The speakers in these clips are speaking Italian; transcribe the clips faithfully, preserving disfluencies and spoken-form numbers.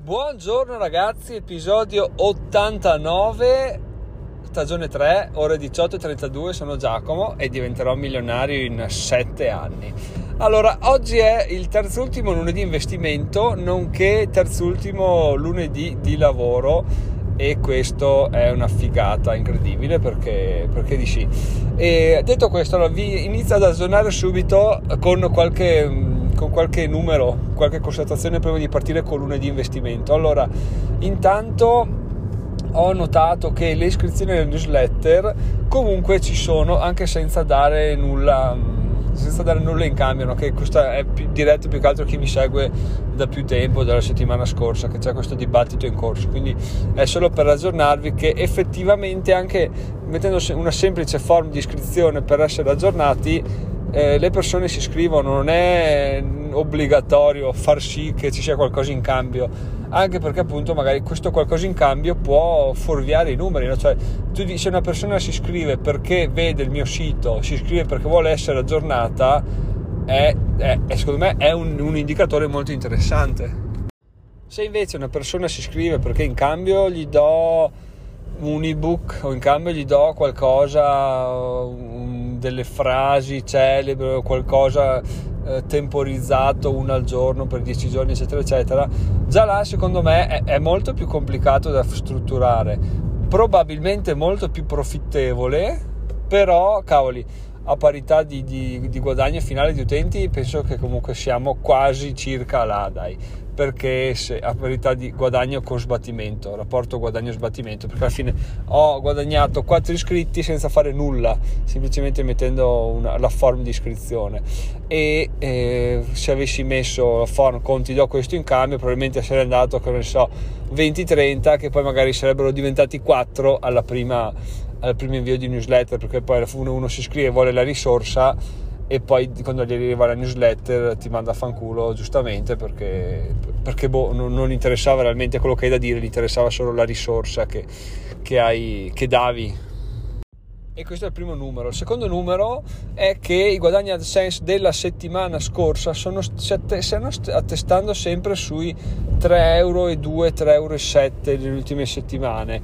Buongiorno ragazzi, episodio ottantanove, stagione tre, ore diciotto e trentadue, sono Giacomo e diventerò milionario in sette anni. Allora, oggi è il terzultimo lunedì investimento, nonché terzultimo lunedì di lavoro e questo è una figata incredibile perché, perché di sì. E detto questo, allora, vi inizio ad aggiornare subito con qualche... con qualche numero, qualche constatazione prima di partire con lunedì investimento. Allora, intanto ho notato che le iscrizioni alle newsletter comunque ci sono, anche senza dare nulla senza dare nulla in cambio, no? Che questo è più diretto più che altro chi mi segue da più tempo, dalla settimana scorsa, che c'è questo dibattito in corso, quindi è solo per aggiornarvi che effettivamente anche mettendo una semplice form di iscrizione per essere aggiornati, Eh, le persone si iscrivono, non è obbligatorio far sì che ci sia qualcosa in cambio, anche perché appunto magari questo qualcosa in cambio può fuorviare i numeri, no? Cioè tu dici, se una persona si iscrive perché vede il mio sito, si iscrive perché vuole essere aggiornata, è, è, è secondo me è un, un indicatore molto interessante. Se invece una persona si iscrive perché in cambio gli do un ebook o in cambio gli do qualcosa, un, delle frasi celebri o qualcosa eh, temporizzato, una al giorno per dieci giorni eccetera eccetera, già là secondo me è, è molto più complicato da strutturare, probabilmente molto più profittevole, però cavoli, a parità di, di, di guadagno finale di utenti penso che comunque siamo quasi circa là, dai, perché se a parità di guadagno con sbattimento, rapporto guadagno sbattimento, perché alla fine ho guadagnato quattro iscritti senza fare nulla, semplicemente mettendo una, la form di iscrizione, e eh, se avessi messo la form con ti do questo in cambio, probabilmente sarei andato, che ne so, venti trenta, che poi magari sarebbero diventati quattro alla prima al primo invio di newsletter, perché poi uno, uno si iscrive e vuole la risorsa e poi quando gli arriva la newsletter ti manda a fanculo, giustamente, perché, perché boh, non, non interessava realmente quello che hai da dire, gli interessava solo la risorsa che, che, hai, che davi. E questo è il primo numero. Il secondo numero è che i guadagni AdSense della settimana scorsa sono, stanno attestando sempre sui tre euro e due, tre euro e sette nelle ultime settimane,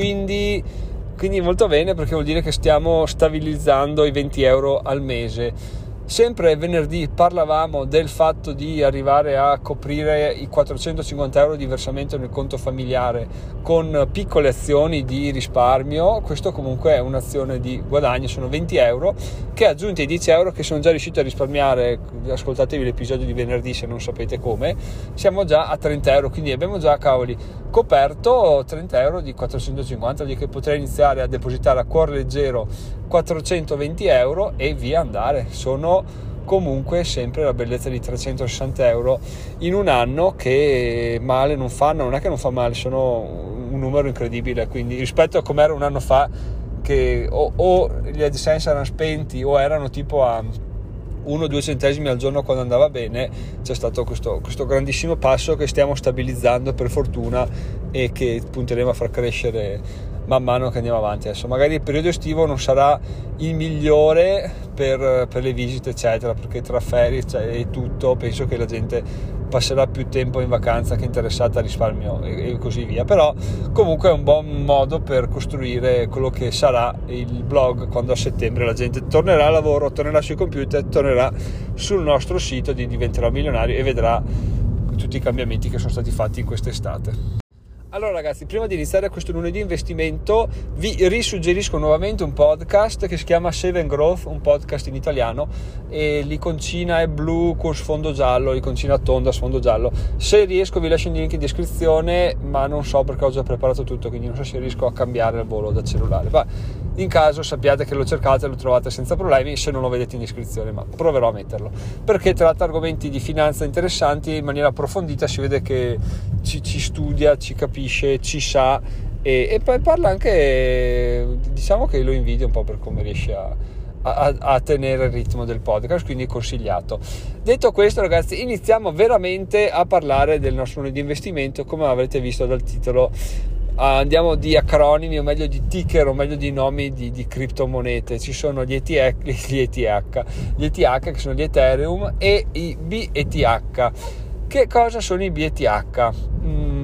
quindi Quindi molto bene, perché vuol dire che stiamo stabilizzando i venti euro al mese. Sempre venerdì parlavamo del fatto di arrivare a coprire i quattrocentocinquanta euro di versamento nel conto familiare con piccole azioni di risparmio. Questo comunque è un'azione di guadagno, sono venti euro che aggiunti ai dieci euro che sono già riuscito a risparmiare, ascoltatevi l'episodio di venerdì se non sapete come, siamo già a trenta euro, quindi abbiamo già, cavoli, coperto trenta euro di quattrocentocinquanta, di che potrei iniziare a depositare a cuor leggero quattrocentoventi euro e via andare. Sono comunque sempre la bellezza di trecentosessanta euro in un anno, che male non fanno, non è che non fa male, sono un numero incredibile, quindi rispetto a come era un anno fa, che o, o gli AdSense erano spenti o erano tipo a uno o due centesimi al giorno quando andava bene, c'è stato questo, questo grandissimo passo che stiamo stabilizzando per fortuna e che punteremo a far crescere man mano che andiamo avanti. Adesso magari il periodo estivo non sarà il migliore per, per le visite eccetera, perché tra ferie e tutto penso che la gente passerà più tempo in vacanza che interessata al risparmio e, e così via, però comunque è un buon modo per costruire quello che sarà il blog quando a settembre la gente tornerà a lavoro, tornerà sui computer, tornerà sul nostro sito, di diventerà milionario e vedrà tutti i cambiamenti che sono stati fatti in quest'estate. Allora ragazzi, prima di iniziare questo lunedì investimento vi risuggerisco nuovamente un podcast che si chiama Save and Growth, un podcast in italiano, e l'iconcina è blu con sfondo giallo, l'iconcina tonda sfondo giallo. Se riesco vi lascio il link in descrizione, ma non so perché ho già preparato tutto, quindi non so se riesco a cambiare il volo da cellulare, ma in caso sappiate che lo cercate e lo trovate senza problemi, se non lo vedete in descrizione, ma proverò a metterlo, perché tratta argomenti di finanza interessanti in maniera approfondita, si vede che ci, ci studia, ci capisce, ci sa, e, e poi parla anche, diciamo che lo invidio un po' per come riesce a, a, a tenere il ritmo del podcast, quindi consigliato. Detto questo ragazzi, iniziamo veramente a parlare del nostro lunedì investimento. Come avrete visto dal titolo, andiamo di acronimi, o meglio di ticker, o meglio di nomi di, di criptomonete. Ci sono gli E T H, gli E T H, gli E T H che sono gli Ethereum, e i B E T H. Che cosa sono i B E T H? Mm,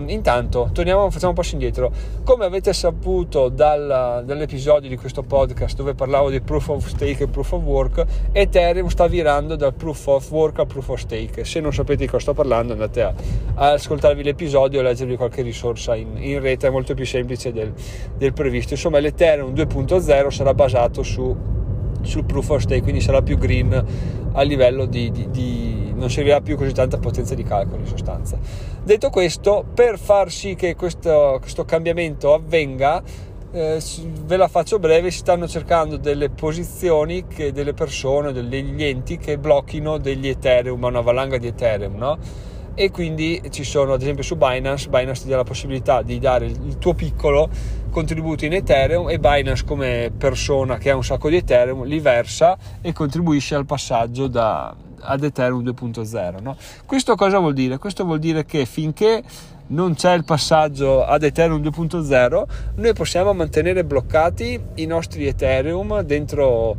intanto torniamo, facciamo un passo indietro. Come avete saputo dal, dall'episodio di questo podcast dove parlavo di proof of stake e proof of work, Ethereum sta virando dal proof of work al proof of stake. Se non sapete di cosa sto parlando, andate a, a ascoltarvi l'episodio e leggervi qualche risorsa in, in rete, è molto più semplice del, del previsto. Insomma, l'Ethereum due punto zero sarà basato su, sul proof of stake, quindi sarà più green a livello di, di, di non servirà più così tanta potenza di calcolo in sostanza. Detto questo, per far sì che questo, questo cambiamento avvenga, eh, ve la faccio breve, si stanno cercando delle posizioni, che, delle persone, degli enti che blocchino degli Ethereum, una valanga di Ethereum, no? E quindi ci sono, ad esempio su Binance, Binance ti dà la possibilità di dare il tuo piccolo contributo in Ethereum e Binance, come persona che ha un sacco di Ethereum, li versa e contribuisce al passaggio da, ad Ethereum due punto zero, no? Questo cosa vuol dire? Questo vuol dire che finché non c'è il passaggio ad Ethereum due punto zero, noi possiamo mantenere bloccati i nostri Ethereum dentro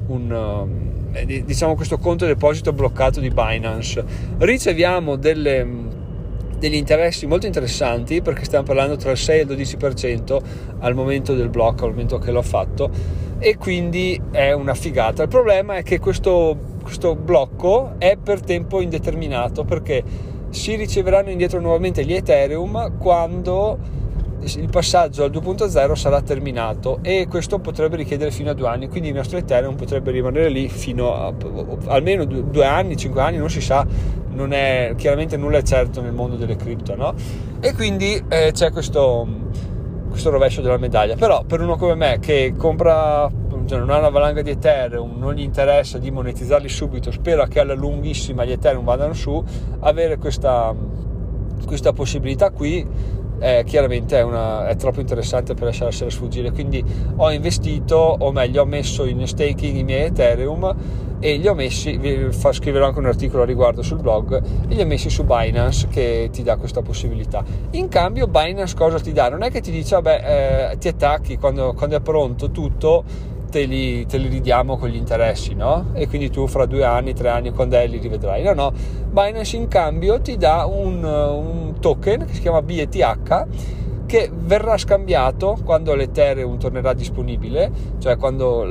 un, diciamo, questo conto deposito bloccato di Binance. Riceviamo delle degli interessi molto interessanti, perché stiamo parlando tra il sei e il dodici per cento al momento del blocco, al momento che l'ho fatto, e quindi è una figata. Il problema è che questo, questo blocco è per tempo indeterminato, perché si riceveranno indietro nuovamente gli Ethereum quando il passaggio al due punto zero sarà terminato, e questo potrebbe richiedere fino a due anni, quindi il nostro Ethereum potrebbe rimanere lì fino a almeno due anni, cinque anni, non si sa, non è, chiaramente nulla è certo nel mondo delle cripto, no? E quindi eh, c'è questo, questo rovescio della medaglia. Però per uno come me che compra, cioè non ha una valanga di Ethereum, non gli interessa di monetizzarli subito, spera che alla lunghissima gli Ethereum vadano su, avere questa, questa possibilità qui Eh, chiaramente è, una, è troppo interessante per lasciarsela sfuggire. Quindi ho investito, o meglio ho messo in staking i miei Ethereum e li ho messi, vi fa, scriverò anche un articolo a riguardo sul blog, e li ho messi su Binance, che ti dà questa possibilità. In cambio Binance cosa ti dà? Non è che ti dice vabbè eh, ti attacchi quando, quando è pronto tutto, te li, te li ridiamo con gli interessi, no? E quindi tu fra due anni, tre anni, quando è, li rivedrai. No, no, Binance in cambio ti dà un, un token che si chiama B E T H, che verrà scambiato quando l'Ethereum tornerà disponibile, cioè quando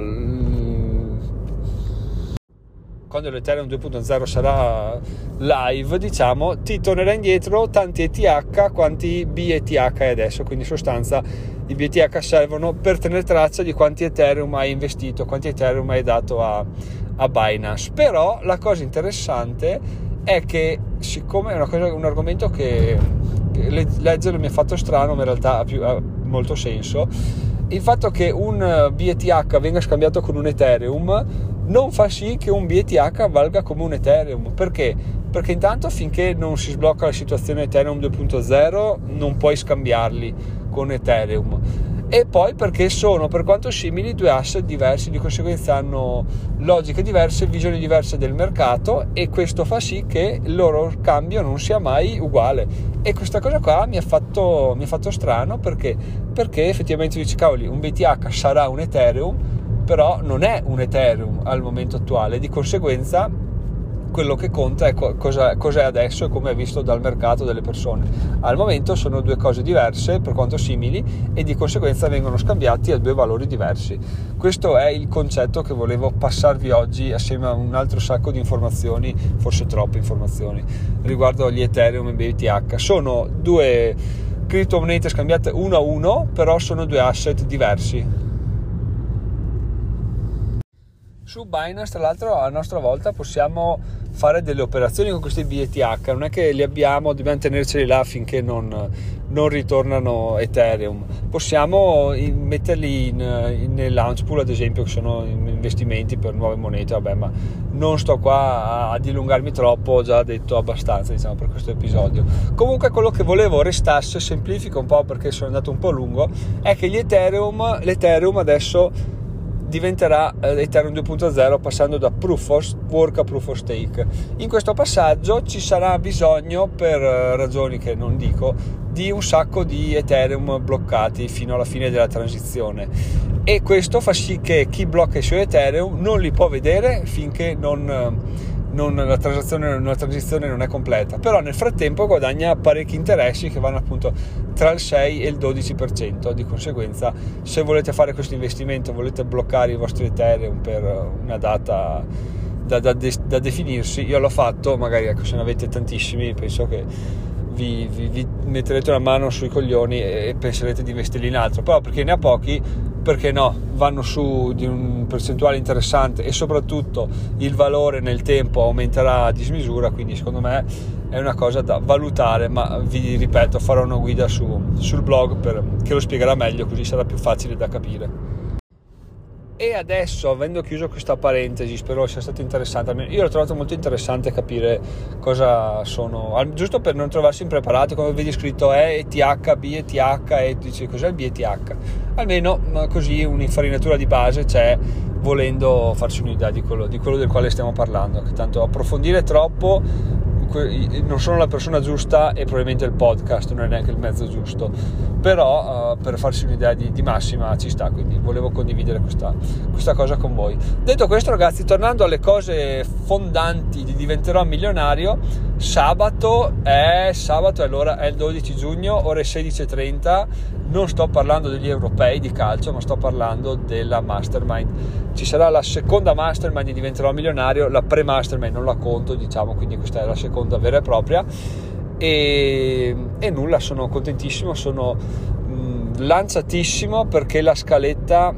quando l'Ethereum due punto zero sarà live, diciamo, ti tornerà indietro tanti E T H quanti B E T H è adesso. Quindi in sostanza i B E T H servono per tenere traccia di quanti Ethereum hai investito, quanti Ethereum hai dato a, a Binance. Però la cosa interessante è che, siccome è una cosa, un argomento che, che leggerlo mi ha fatto strano, ma in realtà ha, più, ha molto senso, il fatto che un B E T H venga scambiato con un Ethereum non fa sì che un B E T H valga come un Ethereum. Perché? Perché intanto finché non si sblocca la situazione Ethereum due punto zero non puoi scambiarli con Ethereum, e poi perché sono per quanto simili due asset diversi, di conseguenza hanno logiche diverse, visioni diverse del mercato, e questo fa sì che il loro cambio non sia mai uguale. E questa cosa qua mi ha fatto, mi ha fatto strano, perché perché effettivamente dici cavoli, un B E T H sarà un Ethereum, però non è un Ethereum al momento attuale, di conseguenza quello che conta è cosa, cosa è adesso e come è visto dal mercato delle persone. Al momento sono due cose diverse per quanto simili, e di conseguenza vengono scambiati a due valori diversi. Questo è il concetto che volevo passarvi oggi, assieme a un altro sacco di informazioni, forse troppe informazioni, riguardo agli Ethereum e B E T H. Sono due criptomonete scambiate uno a uno, però sono due asset diversi. Su Binance, tra l'altro, a nostra volta possiamo fare delle operazioni con questi B E T H, non è che li abbiamo, dobbiamo tenerceli là finché non, non ritornano Ethereum. Possiamo in, metterli in, in, nel launch pool, ad esempio, che sono investimenti per nuove monete. Vabbè, ma non sto qua a, a dilungarmi troppo, ho già detto abbastanza, diciamo, per questo episodio. Comunque quello che volevo restasse, semplifico un po' perché sono andato un po' lungo, è che gli Ethereum, l'Ethereum adesso diventerà Ethereum due punto zero, passando da proof of work a proof of stake. In questo passaggio ci sarà bisogno, per ragioni che non dico, di un sacco di Ethereum bloccati fino alla fine della transizione, e questo fa sì che chi blocca i suoi Ethereum non li può vedere finché non non, la transazione, la transizione non è completa, però nel frattempo guadagna parecchi interessi che vanno appunto tra il sei e il dodici per cento. Di conseguenza, se volete fare questo investimento, volete bloccare i vostri Ethereum per una data da, da, da definirsi, io l'ho fatto, magari ecco, se ne avete tantissimi, penso che vi, vi, vi metterete una mano sui coglioni e penserete di investirli in altro, però perché ne ha pochi, perché no, vanno su di un percentuale interessante e soprattutto il valore nel tempo aumenterà a dismisura, quindi secondo me è una cosa da valutare, ma vi ripeto, farò una guida su, sul blog per, che lo spiegherà meglio, così sarà più facile da capire. E adesso, avendo chiuso questa parentesi, spero sia stato interessante. Io l'ho trovato molto interessante capire cosa sono, giusto per non trovarsi impreparati, come vedi scritto E T H, B E T H, e dici cos'è il B E T H? Almeno così un'infarinatura di base c'è, volendo farci un'idea di quello, di quello del quale stiamo parlando, che tanto approfondire troppo, non sono la persona giusta e probabilmente il podcast non è neanche il mezzo giusto, però uh, per farsi un'idea di, di massima ci sta, quindi volevo condividere questa, questa cosa con voi. Detto questo, ragazzi, tornando alle cose fondanti di diventerò milionario, sabato è sabato, allora è il dodici giugno, ore sedici e trenta. Non sto parlando degli europei di calcio, ma sto parlando della mastermind. Ci sarà la seconda mastermind di diventerò milionario, la pre-mastermind non la conto, diciamo, quindi questa è la seconda vera e propria. E, e nulla, sono contentissimo, sono mh, lanciatissimo, perché la scaletta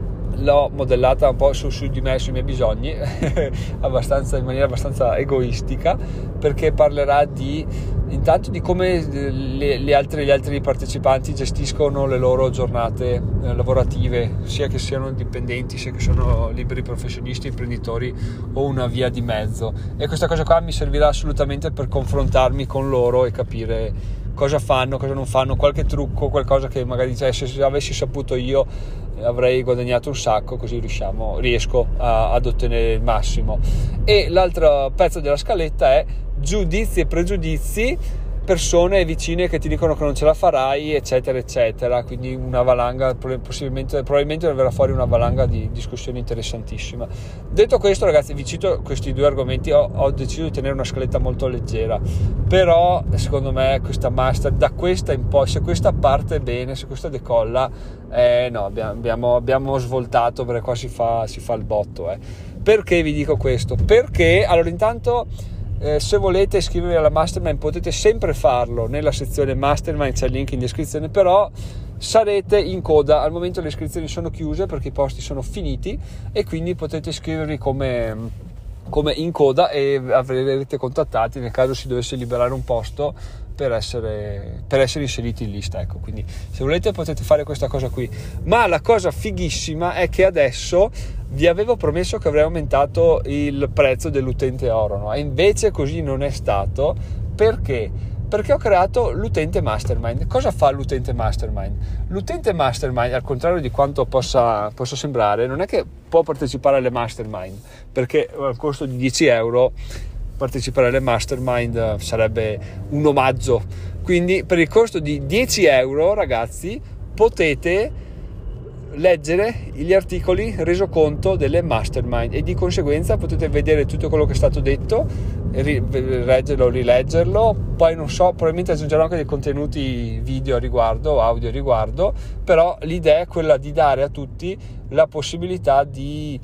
l'ho modellata un po' su, su di me, sui miei bisogni, abbastanza, in maniera abbastanza egoistica, perché parlerà di intanto di come le, le altre, gli altri partecipanti gestiscono le loro giornate eh, lavorative, sia che siano dipendenti, sia che sono liberi professionisti, imprenditori o una via di mezzo. E questa cosa qua mi servirà assolutamente per confrontarmi con loro e capire cosa fanno, cosa non fanno, qualche trucco, qualcosa che magari, cioè, se avessi saputo io avrei guadagnato un sacco, così riusciamo, riesco a, ad ottenere il massimo. E l'altro pezzo della scaletta è giudizi e pregiudizi, persone vicine che ti dicono che non ce la farai, eccetera eccetera, quindi una valanga, possibilmente, probabilmente verrà fuori una valanga di discussioni interessantissima. Detto questo, ragazzi, vi cito questi due argomenti. Ho, ho deciso di tenere una scaletta molto leggera, però secondo me questa master, da questa in poi, se questa parte bene, se questa decolla, eh, no, abbiamo, abbiamo svoltato, perché qua si fa, si fa il botto. Eh. Perché vi dico questo? Perché, allora, intanto, Eh, se volete iscrivervi alla mastermind potete sempre farlo nella sezione mastermind, c'è il link in descrizione, però sarete in coda. Al momento le iscrizioni sono chiuse perché i posti sono finiti, e quindi potete iscrivervi come, come in coda e avrete contattati nel caso si dovesse liberare un posto per essere, per essere inseriti in lista, ecco. Quindi se volete potete fare questa cosa qui. Ma la cosa fighissima è che adesso vi avevo promesso che avrei aumentato il prezzo dell'utente oro, no? E invece così non è stato. Perché? Perché ho creato l'utente mastermind. Cosa fa l'utente mastermind? L'utente mastermind, al contrario di quanto possa, possa sembrare, non è che può partecipare alle mastermind, perché al costo di dieci euro partecipare alle mastermind sarebbe un omaggio. Quindi per il costo di dieci euro, ragazzi, potete leggere gli articoli resoconto delle mastermind e di conseguenza potete vedere tutto quello che è stato detto, leggerlo, rileggerlo. Poi non so, probabilmente aggiungerò anche dei contenuti video a riguardo, audio a riguardo, però l'idea è quella di dare a tutti la possibilità di,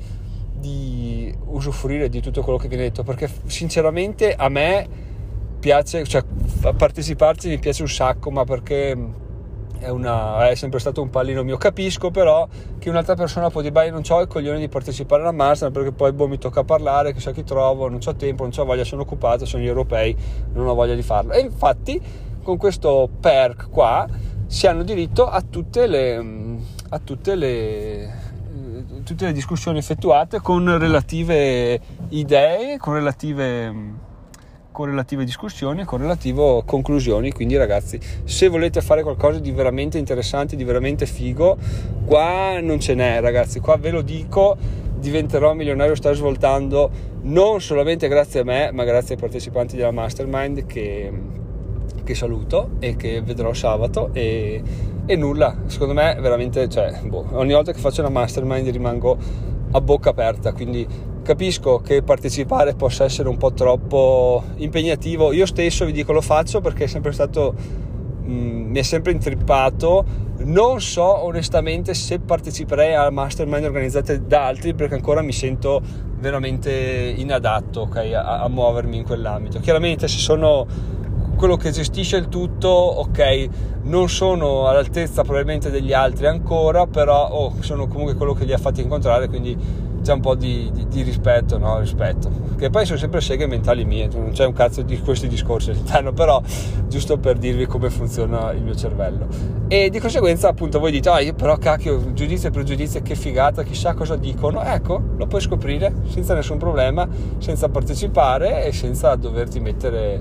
di usufruire di tutto quello che viene detto, perché sinceramente a me piace, cioè parteciparci mi piace un sacco, ma perché È, una, è sempre stato un pallino mio. Capisco però che un'altra persona può dire: beh, non ho il coglione di partecipare alla master perché poi boh, mi tocca parlare, chissà chi trovo, non ho tempo, non ho voglia, sono occupato, sono gli europei, non ho voglia di farlo. E infatti con questo perk qua si hanno diritto a tutte le a tutte le tutte le discussioni effettuate con relative idee, con relative con relative discussioni e con relative conclusioni. Quindi ragazzi, se volete fare qualcosa di veramente interessante, di veramente figo, qua non ce n'è, ragazzi, qua ve lo dico, diventerò milionario sta svoltando non solamente grazie a me, ma grazie ai partecipanti della mastermind che, che saluto e che vedrò sabato. E, e nulla, secondo me veramente, cioè, boh, ogni volta che faccio una mastermind rimango a bocca aperta, quindi capisco che partecipare possa essere un po' troppo impegnativo. Io stesso vi dico lo faccio perché è sempre stato mh, mi è sempre intrippato. Non so onestamente se parteciperei a mastermind organizzate da altri, perché ancora mi sento veramente inadatto, okay, a, a muovermi in quell'ambito. Chiaramente se sono quello che gestisce il tutto, ok, non sono all'altezza probabilmente degli altri ancora, però oh, sono comunque quello che li ha fatti incontrare, quindi c'è un po' di, di, di rispetto, no? Rispetto, che poi sono sempre seghe mentali mie, non c'è un cazzo di questi discorsi all'interno, però giusto per dirvi come funziona il mio cervello. E di conseguenza appunto voi dite, ah, io però cacchio, giudizio e pregiudizio, che figata, chissà cosa dicono. Ecco, lo puoi scoprire senza nessun problema, senza partecipare e senza doverti mettere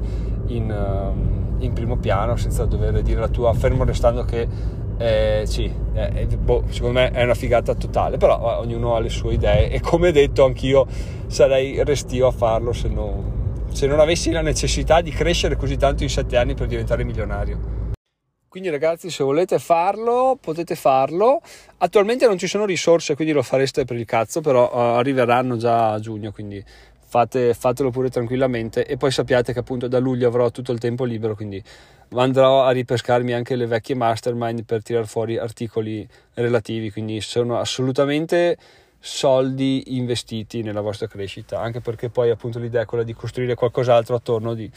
in, in primo piano, senza dover dire la tua, fermo restando che Eh, sì, eh, boh, secondo me è una figata totale, però eh, ognuno ha le sue idee e come detto anch'io sarei restio a farlo se non, se non avessi la necessità di crescere così tanto in sette anni per diventare milionario. Quindi ragazzi, se volete farlo potete farlo. Attualmente non ci sono risorse, quindi lo fareste per il cazzo, però uh, arriveranno già a giugno, quindi fate, fatelo pure tranquillamente. E poi sappiate che appunto da luglio avrò tutto il tempo libero, quindi andrò a ripescarmi anche le vecchie mastermind per tirar fuori articoli relativi, quindi sono assolutamente soldi investiti nella vostra crescita, anche perché poi appunto l'idea è quella di costruire qualcos'altro attorno di,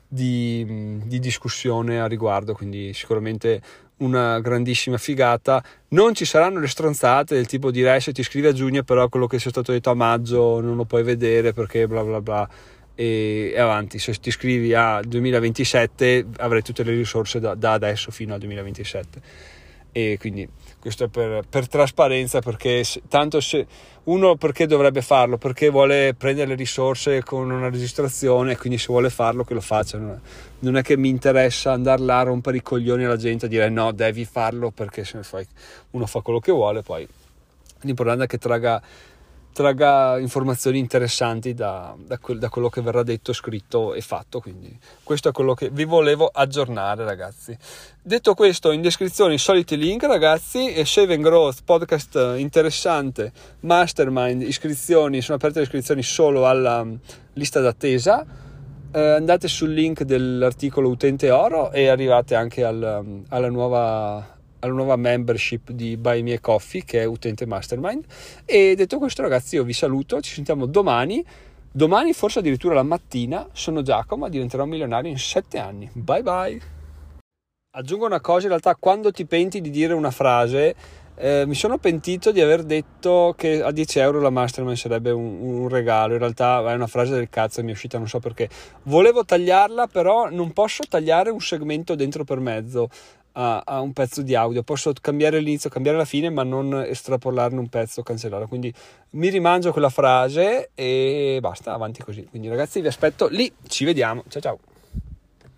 di, di discussione a riguardo, quindi sicuramente una grandissima figata. Non ci saranno le stronzate del tipo direi se ti iscrivi a giugno però quello che sia stato detto a maggio non lo puoi vedere perché bla bla bla, e, e avanti. Se ti iscrivi a duemilaventisette avrai tutte le risorse da, da adesso fino al duemilaventisette, e quindi questo è per, per trasparenza, perché se, tanto se uno perché dovrebbe farlo, perché vuole prendere le risorse con una registrazione, quindi se vuole farlo che lo faccia, non è che mi interessa andare là a rompere i coglioni alla gente a dire no devi farlo, perché se ne fai, uno fa quello che vuole, poi l'importante è che traga traga informazioni interessanti da, da, quel, da quello che verrà detto, scritto e fatto. Quindi questo è quello che vi volevo aggiornare, ragazzi. Detto questo, in descrizione i soliti link, ragazzi, e Save and Growth, podcast interessante, mastermind, iscrizioni, sono aperte le iscrizioni solo alla lista d'attesa. Eh, andate sul link dell'articolo Utente Oro e arrivate anche al, alla nuova alla nuova membership di Buy Me a Coffee, che è Utente Mastermind. E detto questo, ragazzi, io vi saluto, ci sentiamo domani domani forse addirittura la mattina. Sono Giacomo, diventerò milionario in sette anni. Bye bye. Aggiungo una cosa, in realtà quando ti penti di dire una frase, eh, mi sono pentito di aver detto che a dieci euro la mastermind sarebbe un, un regalo. In realtà è una frase del cazzo, mi è uscita, non so perché, volevo tagliarla, però non posso tagliare un segmento dentro per mezzo A, a un pezzo di audio. Posso cambiare l'inizio, cambiare la fine, ma non estrapolarne un pezzo, cancellarlo. Quindi mi rimangio quella frase e basta, avanti così. Quindi ragazzi vi aspetto lì, ci vediamo, ciao ciao.